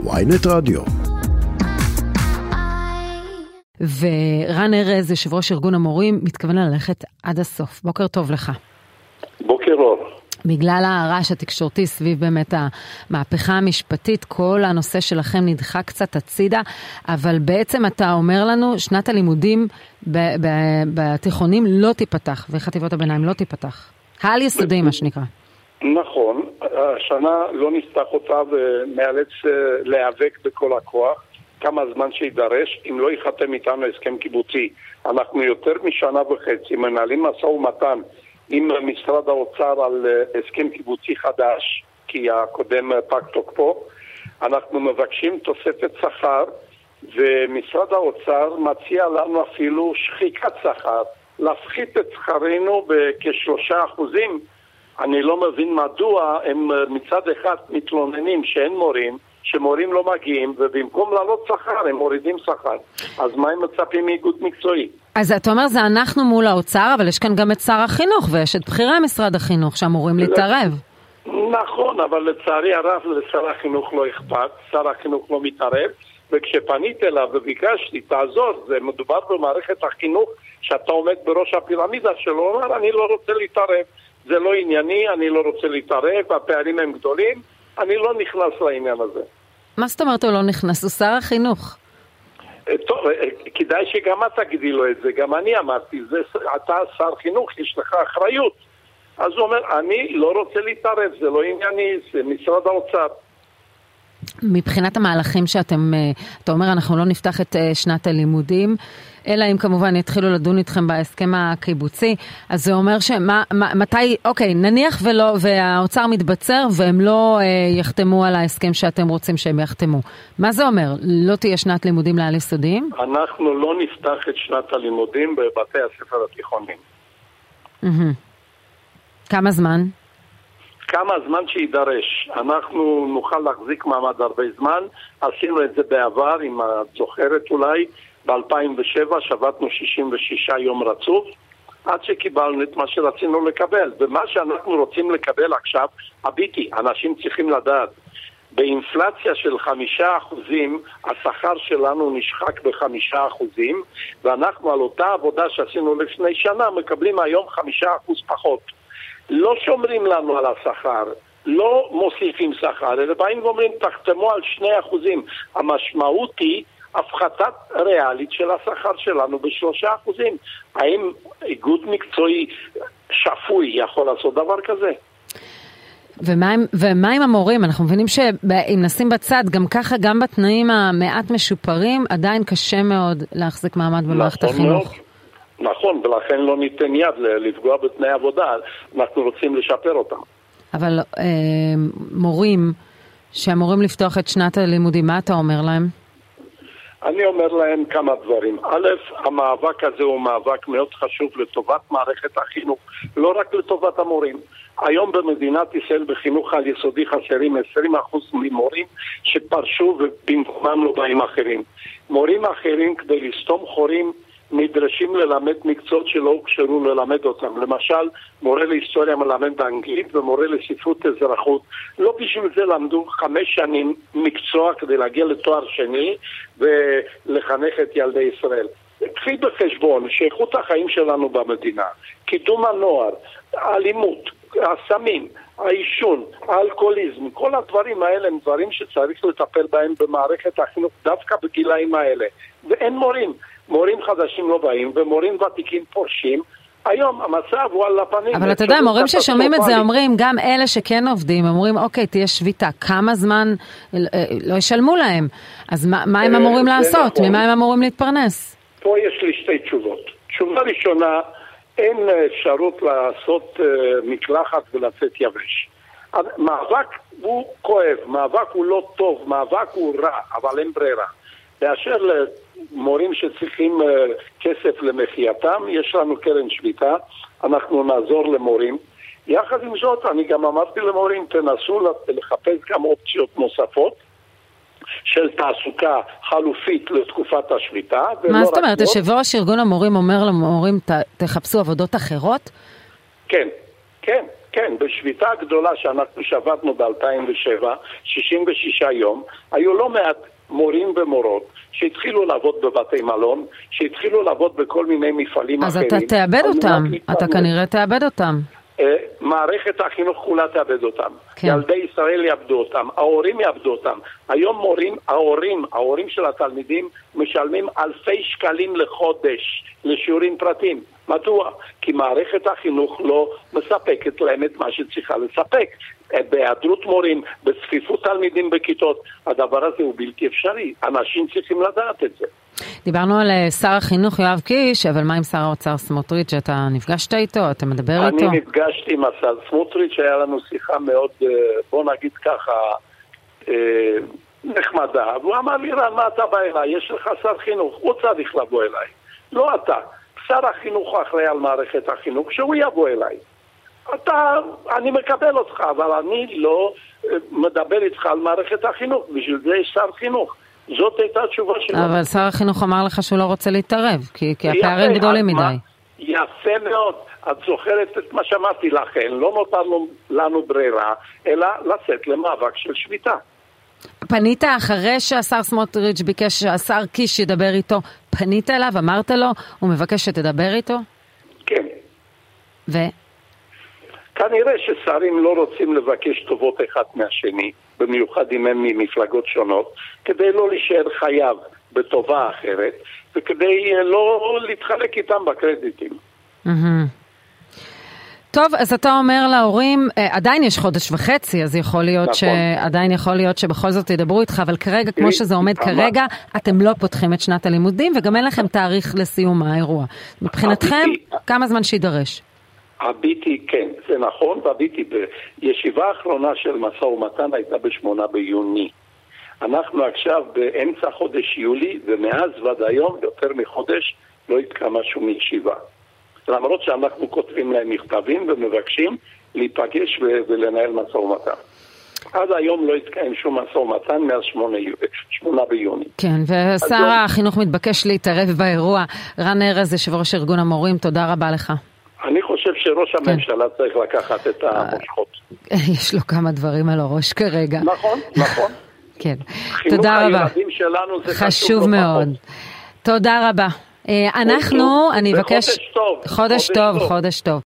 ynet רדיו. ורן ארז, יושב ראש ארגון המורים, מתכוון ללכת עד הסוף. בוקר טוב לך. בוקר אור. בגלל הרעש התקשורתי סביב באמת המהפכה המשפטית, כל הנושא שלכם נדחה קצת הצידה, אבל בעצם אתה אומר לנו, שנת הלימודים בתיכונים לא תיפתח, וחטיבות הביניים לא תיפתח. העל יסודי, מה שנקרא. נכון, השנה לא נפתח אותה ומאלץ להיאבק בכל הכוח, כמה זמן שידרש, אם לא ייחתם איתנו הסכם קיבוצי. אנחנו יותר משנה וחצי מנהלים משא ומתן עם משרד האוצר על הסכם קיבוצי חדש, כי הקודם פג תוקפו. אנחנו מבקשים תוספת שכר, ומשרד האוצר מציע לנו אפילו שחיקת שכר, להפחית את שכרנו בכ3%. אני לא מבין מדוע הם מצד אחד מתלוננים שאין מורים, שמורים לא מגיעים, ובמקום לעלות שכר הם מורידים שכר. אז מה הם מצפים מאיגוד מקצועי? אז אתה אומר, זה אנחנו מול האוצר, אבל יש כאן גם את שר החינוך, ויש את בחירי משרד החינוך שאמורים להתערב. נכון, אבל לצערי הרב לשר החינוך לא אכפת, שר החינוך לא מתערב, וכשפנית אליו וביקשתי, תעזור, זה מדובר במערכת החינוך, שאתה עומד בראש הפירמידה שלו, אומר, אני לא רוצה להתערב, זה לא ענייני, אני לא רוצה להתערב, הפערים הם גדולים, אני לא נכנס לעניין הזה. מה זאת אומרת הוא לא נכנס? הוא שר החינוך. טוב, כדאי שגם אתה תגידי לו את זה, גם אני אמרתי, אתה שר חינוך, יש לך אחריות. אז הוא אומר, אני לא רוצה להתערב, זה לא ענייני, זה משרד האוצר. מבחינת המהלכים שאתם, אתה אומר, אנחנו לא נפתח את שנת הלימודים, אלא אם כמובן יתחילו לדון איתכם בהסכם הקיבוצי, אז זה אומר מתי, אוקיי, נניח והאוצר מתבצר והם לא יחתמו על ההסכם שאתם רוצים שהם יחתמו. מה זה אומר? לא תהיה שנת לימודים לעל יסודיים? אנחנו לא נפתח את שנת הלימודים בבתי הספר התיכוניים. כמה זמן? כמה זמן שידרש. אנחנו נוכל להחזיק מעמד הרבה זמן. עשינו את זה בעבר, אם את זוכרת אולי, ב-2007 שבתנו 66 יום רצוף, עד שקיבלנו את מה שרצינו לקבל. ומה שאנחנו רוצים לקבל עכשיו, הביטי, אנשים צריכים לדעת, באינפלציה של 5%, השכר שלנו נשחק ב5%, ואנחנו על אותה עבודה שעשינו לפני שנה, מקבלים היום 5% פחות. לא שומרים לנו על השכר, לא מוסיפים שכר, אלא באים ואומרים, תחתמו על 2%. המשמעות היא הפחתת ריאלית של השכר שלנו ב3%. האם איגוד מקצועי שפוי יכול לעשות דבר כזה? ומה עם המורים? אנחנו מבינים שאם נשים בצד, גם ככה, גם בתנאים המעט משופרים, עדיין קשה מאוד להחזיק מעמד במערכת החינוך. נכון, ולכן לא ניתן יד לפגוע בתנאי עבודה, אנחנו רוצים לשפר אותם. אבל מורים שאמורים לפתוח את שנת הלימודים, מה אתה אומר להם? אני אומר להם כמה דברים. א', המאבק הזה הוא מאבק מאוד חשוב לטובת מערכת החינוך, לא רק לטובת המורים. היום במדינת ישראל בחינוך על יסודי חסרים 20% ממורים שפרשו ובמקומם לא באים אחרים. מורים אחרים כדי לסתום חורים נדרשים ללמד מקצועות שלא הוכשרו ללמד אותם. למשל, מורה להיסטוריה מלמד באנגלית ומורה לספרות אזרחות. לא בשביל זה למדו 5 שנים מקצוע כדי להגיע לתואר שני ולחנך את ילדי ישראל. קחי בחשבון שאיכות החיים שלנו במדינה, קידום הנוער, האלימות, הסמים, העישון, האלכוהוליזם, כל הדברים האלה הם דברים שצריך לטפל בהם במערכת החינוך דווקא בגילאים האלה. ואין מורים. מורים חדשים לא באים, ומורים ותיקים פורשים. היום המצב הוא על הפנים. אבל אתה יודע, מורים ששומעים את זה אומרים, גם אלה שכן עובדים, אומרים, אוקיי, תהיה שביתה, כמה זמן לא ישלמו להם. אז מה הם אמורים לעשות? ממה הם אמורים להתפרנס? פה יש לי 2 תשובות. תשובה ראשונה, אין אפשרות לעשות מקלחת ולצאת יבש. מאבק הוא כואב, מאבק הוא לא טוב, מאבק הוא רע, אבל אין ברירה. באשר למורים שצריכים כסף למחייתם, יש לנו קרן שביתה, אנחנו נעזור למורים. יחד עם זאת, אני גם אמרתי למורים, תנסו לחפש גם אופציות נוספות של תעסוקה חלופית לתקופת השביתה. מה זאת אומרת? יושב-ראש ארגון המורים אומר למורים, תחפשו עבודות אחרות? כן, כן. כן, בשביתה הגדולה שאנחנו שבתנו ב-2007, 66 יום, היו לא מעט מורים ומורות שהתחילו לעבוד בבתי מלון, שהתחילו לעבוד בכל מיני מפעלים אז אחרים. אז אתה תאבד אותם, אתה כנראה תאבד אותם. מערכת החינוך כולה תאבד אותם. כן. ילדי ישראל יאבדו אותם, ההורים יאבדו אותם. היום ההורים של התלמידים משלמים אלפי שקלים לחודש לשיעורים פרטיים. מדוע? כי מערכת החינוך לא מספקת להם את מה שצריכה לספק. בהיעדרות מורים, בצפיפות תלמידים בכיתות, הדבר הזה הוא בלתי אפשרי. אנשים צריכים לדעת את זה. דיברנו על שר החינוך יואב קיש, אבל מה עם שר האוצר סמוטריץ'? אתה נפגשת איתו? אתה מדבר איתו? אני נפגשתי עם השר סמוטריץ', היה לנו שיחה מאוד, בוא נגיד ככה, נחמדה. והוא אמר לי, רן, מה אתה בא אליי? יש לך שר חינוך, הוא צריך לבוא אליי. לא אתה. שר החינוך אחראי על מערכת החינוך, שהוא יבוא אליי. אני מקבל אותך, אבל אני לא מדבר איתך על מערכת החינוך. בשביל זה יש שר חינוך. זאת הייתה התשובה שלו. אבל שר החינוך אמר לך שהוא לא רוצה להתערב, כי הפערים גדולים מדי. יפה מאוד. את זוכרת את מה שאמרתי לכן, לא נותר לנו ברירה, אלא לצאת למאבק של שביתה. פנית אחרי שהשר סמוטריץ' ביקש שהשר קיש ידבר איתו, פנית אליו, אמרת לו, הוא מבקש שתדבר איתו? כן. ו? כנראה ששרים לא רוצים לבקש טובות אחד מהשני, במיוחד אם הם ממפלגות שונות, כדי לא להישאר חייב בטובה אחרת, וכדי לא להתחלק איתם בקרדיטים. טוב, אז אתה אומר להורים, עדיין יש חודש וחצי, אז עדיין יכול להיות שבכל זאת ידברו איתך, אבל כרגע, כמו שזה עומד כרגע, אתם לא פותחים את שנת הלימודים, וגם אין לכם תאריך לסיום האירוע. מבחינתכם, כמה זמן שידרש? הביטי, כן, זה נכון, והביטי בישיבה האחרונה של משא ומתן הייתה ב8 ביוני. אנחנו עכשיו באמצע חודש יולי, ומאז ועד היום יותר מחודש לא התקיימה שום ישיבה. למרות שאנחנו כותבים להם מכתבים ומבקשים להיפגש ולנהל משא ומתן. עד היום לא התקיים שום משא ומתן מאז 8 ביוני. כן, ושר החינוך מתבקש להתערב באירוע. רן ארז, יושב ראש ארגון המורים, תודה רבה לך. אני חושב שראש הממשלה צריך לקחת את המושכות. יש לו כמה דברים על הראש כרגע. נכון. כן, תודה רבה. חינוך הילדים שלנו זה חשוב מאוד. תודה רבה. אני אבקש... חודש טוב.